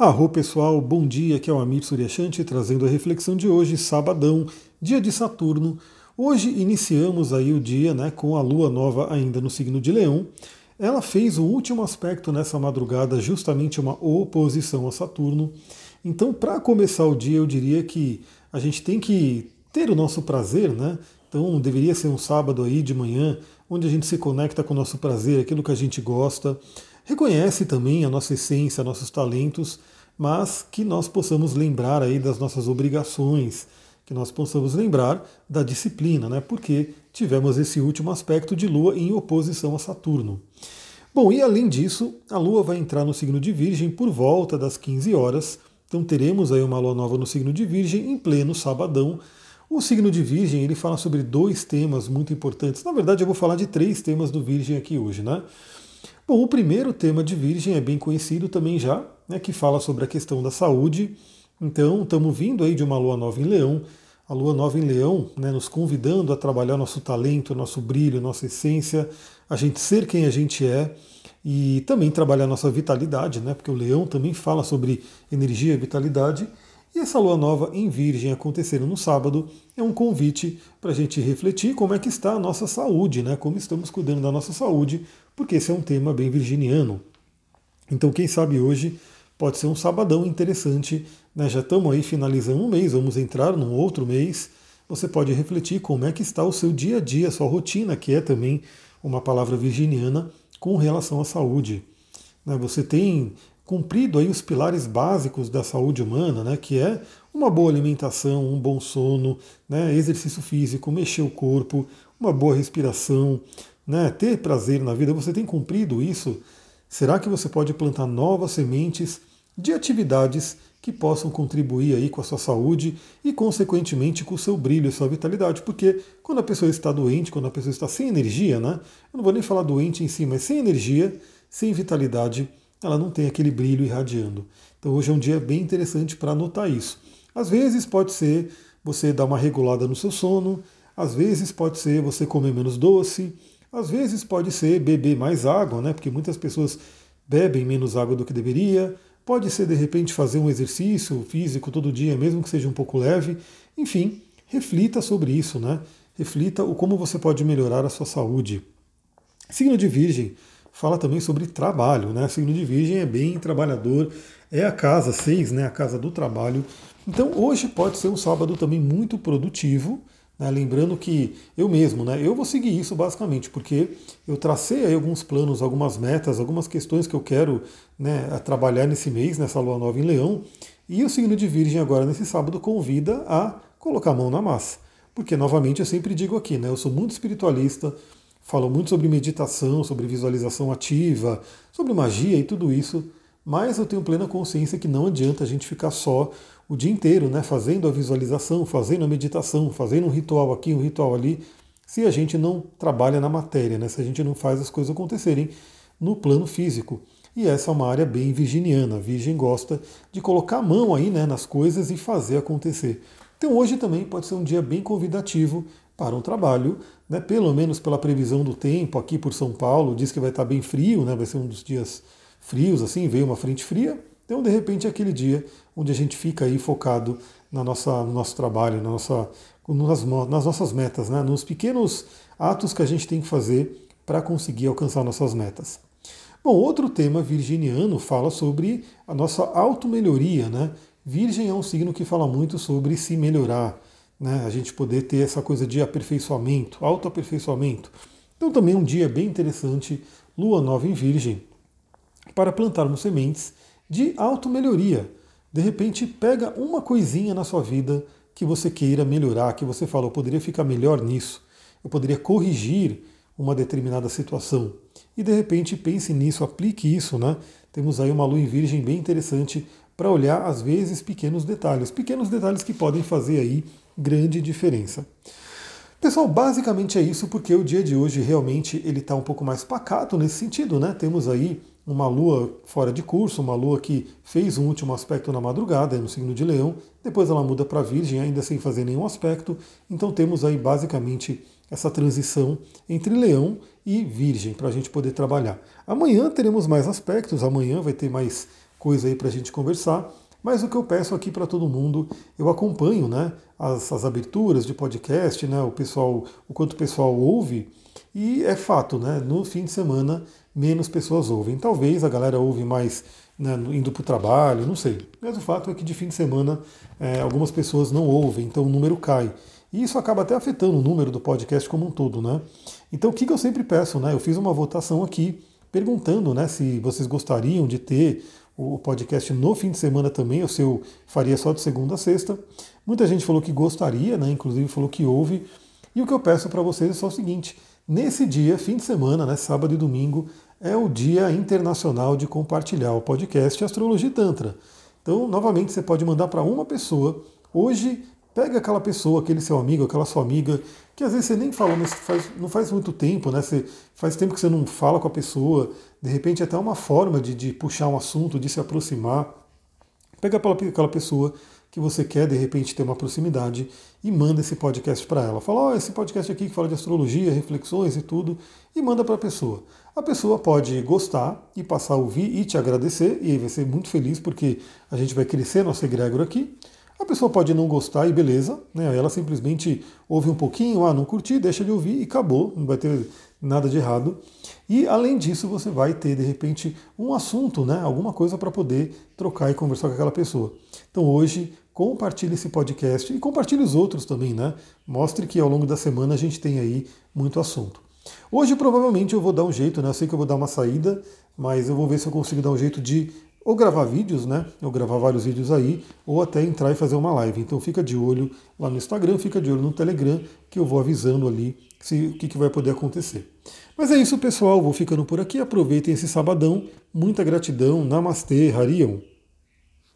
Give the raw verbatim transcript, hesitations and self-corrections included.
Arro pessoal, bom dia, aqui é o Amir Suryashanti trazendo a reflexão de hoje, sabadão, dia de Saturno. Hoje iniciamos aí o dia, né, com a lua nova ainda no signo de Leão. Ela fez o último aspecto nessa madrugada, justamente uma oposição a Saturno. Então, para começar o dia, eu diria que a gente tem que ter o nosso prazer, né? Então, deveria ser um sábado aí de manhã, onde a gente se conecta com o nosso prazer, aquilo que a gente gosta. Reconhece também a nossa essência, nossos talentos, mas que nós possamos lembrar aí das nossas obrigações, que nós possamos lembrar da disciplina, né? Porque tivemos esse último aspecto de Lua em oposição a Saturno. Bom, e além disso, a Lua vai entrar no signo de Virgem por volta das quinze horas, então teremos aí uma Lua nova no signo de Virgem em pleno sabadão. O signo de Virgem, ele fala sobre dois temas muito importantes. Na verdade, eu vou falar de três temas do Virgem aqui hoje, né? Bom, o primeiro tema de Virgem é bem conhecido também já, né, que fala sobre a questão da saúde. Então, estamos vindo aí de uma lua nova em Leão, a lua nova em Leão, né, nos convidando a trabalhar nosso talento, nosso brilho, nossa essência, a gente ser quem a gente é e também trabalhar nossa vitalidade, né, porque o Leão também fala sobre energia e vitalidade. E essa lua nova em Virgem acontecendo no sábado é um convite para a gente refletir como é que está a nossa saúde, né? Como estamos cuidando da nossa saúde, porque esse é um tema bem virginiano. Então, quem sabe hoje pode ser um sabadão interessante, né? Já estamos aí finalizando um mês, vamos entrar num outro mês. Você pode refletir como é que está o seu dia a dia, a sua rotina, que é também uma palavra virginiana, com relação à saúde. Né? Você tem cumprido aí os pilares básicos da saúde humana, né, que é uma boa alimentação, um bom sono, né, exercício físico, mexer o corpo, uma boa respiração, né, ter prazer na vida. Você tem cumprido isso? Será que você pode plantar novas sementes de atividades que possam contribuir aí com a sua saúde e, consequentemente, com o seu brilho e sua vitalidade? Porque quando a pessoa está doente, quando a pessoa está sem energia, né, eu não vou nem falar doente em si, mas sem energia, sem vitalidade, ela não tem aquele brilho irradiando. Então hoje é um dia bem interessante para anotar isso. Às vezes pode ser você dar uma regulada no seu sono, às vezes pode ser você comer menos doce, às vezes pode ser beber mais água, né? Porque muitas pessoas bebem menos água do que deveria. Pode ser de repente fazer um exercício físico todo dia, mesmo que seja um pouco leve. Enfim, reflita sobre isso, né? Reflita o como você pode melhorar a sua saúde. Signo de Virgem fala também sobre trabalho, né? O signo de Virgem é bem trabalhador, é a casa seis, né? A casa do trabalho. Então hoje pode ser um sábado também muito produtivo, né? Lembrando que eu mesmo, né? Eu vou seguir isso basicamente, porque eu tracei aí alguns planos, algumas metas, algumas questões que eu quero, né, a trabalhar nesse mês, nessa lua nova em Leão, e o signo de Virgem agora nesse sábado convida a colocar a mão na massa. Porque, novamente, eu sempre digo aqui, né? Eu sou muito espiritualista, falo muito sobre meditação, sobre visualização ativa, sobre magia e tudo isso, mas eu tenho plena consciência que não adianta a gente ficar só o dia inteiro, né, fazendo a visualização, fazendo a meditação, fazendo um ritual aqui, um ritual ali, se a gente não trabalha na matéria, né, se a gente não faz as coisas acontecerem no plano físico. E essa é uma área bem virginiana. A Virgem gosta de colocar a mão aí, né, nas coisas e fazer acontecer. Então hoje também pode ser um dia bem convidativo para um trabalho, né, pelo menos pela previsão do tempo aqui por São Paulo, diz que vai estar bem frio, né, vai ser um dos dias frios, assim, veio uma frente fria, então de repente é aquele dia onde a gente fica aí focado na nossa, no nosso trabalho, na nossa, nas, nas nossas metas, né, nos pequenos atos que a gente tem que fazer para conseguir alcançar nossas metas. Bom, outro tema virginiano fala sobre a nossa automelhoria, né? Virgem é um signo que fala muito sobre se melhorar, né, a gente poder ter essa coisa de aperfeiçoamento, autoaperfeiçoamento. Então também um dia bem interessante, lua nova em Virgem, para plantarmos sementes de automelhoria. De repente pega uma coisinha na sua vida que você queira melhorar, que você fala, eu poderia ficar melhor nisso, eu poderia corrigir uma determinada situação. E de repente pense nisso, aplique isso, né? Temos aí uma lua em Virgem bem interessante para olhar, às vezes, pequenos detalhes, pequenos detalhes que podem fazer aí grande diferença. Pessoal, basicamente é isso, porque o dia de hoje realmente ele está um pouco mais pacato nesse sentido, né? Temos aí uma lua fora de curso, uma lua que fez um último aspecto na madrugada, no signo de Leão, depois ela muda para Virgem, ainda sem fazer nenhum aspecto, então temos aí basicamente essa transição entre Leão e Virgem para a gente poder trabalhar. Amanhã teremos mais aspectos, amanhã vai ter mais coisa aí para a gente conversar. Mas o que eu peço aqui para todo mundo, eu acompanho, né, as, as aberturas de podcast, né, o pessoal, o quanto o pessoal ouve, e é fato, né, no fim de semana menos pessoas ouvem. Talvez a galera ouve mais, né, indo para o trabalho, não sei. Mas o fato é que de fim de semana é, algumas pessoas não ouvem, então o número cai. E isso acaba até afetando o número do podcast como um todo, né? Então o que, que eu sempre peço, né? Eu fiz uma votação aqui perguntando, né, se vocês gostariam de ter o podcast no fim de semana também, ou se eu faria só de segunda a sexta. Muita gente falou que gostaria, né? Inclusive falou que ouve. E o que eu peço para vocês é só o seguinte: nesse dia, fim de semana, né, sábado e domingo, é o Dia Internacional de compartilhar o podcast Astrologia e Tantra. Então, novamente, você pode mandar para uma pessoa. Hoje, pega aquela pessoa, aquele seu amigo, aquela sua amiga, que às vezes você nem falou, mas faz, não faz muito tempo, né? Você, faz tempo que você não fala com a pessoa, de repente é até uma forma de, de puxar um assunto, de se aproximar. Pega aquela pessoa que você quer, de repente, ter uma proximidade e manda esse podcast para ela. Fala, ó, oh, esse podcast aqui que fala de astrologia, reflexões e tudo, e manda para a pessoa. A pessoa pode gostar e passar a ouvir e te agradecer, e aí vai ser muito feliz porque a gente vai crescer nosso egrégor aqui. A pessoa pode não gostar e beleza, né? Ela simplesmente ouve um pouquinho, ah, não curti, deixa de ouvir e acabou, não vai ter nada de errado. E além disso, você vai ter de repente um assunto, né? Alguma coisa para poder trocar e conversar com aquela pessoa. Então hoje, compartilhe esse podcast e compartilhe os outros também, né? Mostre que ao longo da semana a gente tem aí muito assunto. Hoje provavelmente eu vou dar um jeito, né? Eu sei que eu vou dar uma saída, mas eu vou ver se eu consigo dar um jeito de ou gravar vídeos, né? Ou gravar vários vídeos aí, ou até entrar e fazer uma live. Então fica de olho lá no Instagram, fica de olho no Telegram, que eu vou avisando ali se, o que, que vai poder acontecer. Mas é isso, pessoal. Vou ficando por aqui. Aproveitem esse sabadão. Muita gratidão. Namastê, Harion.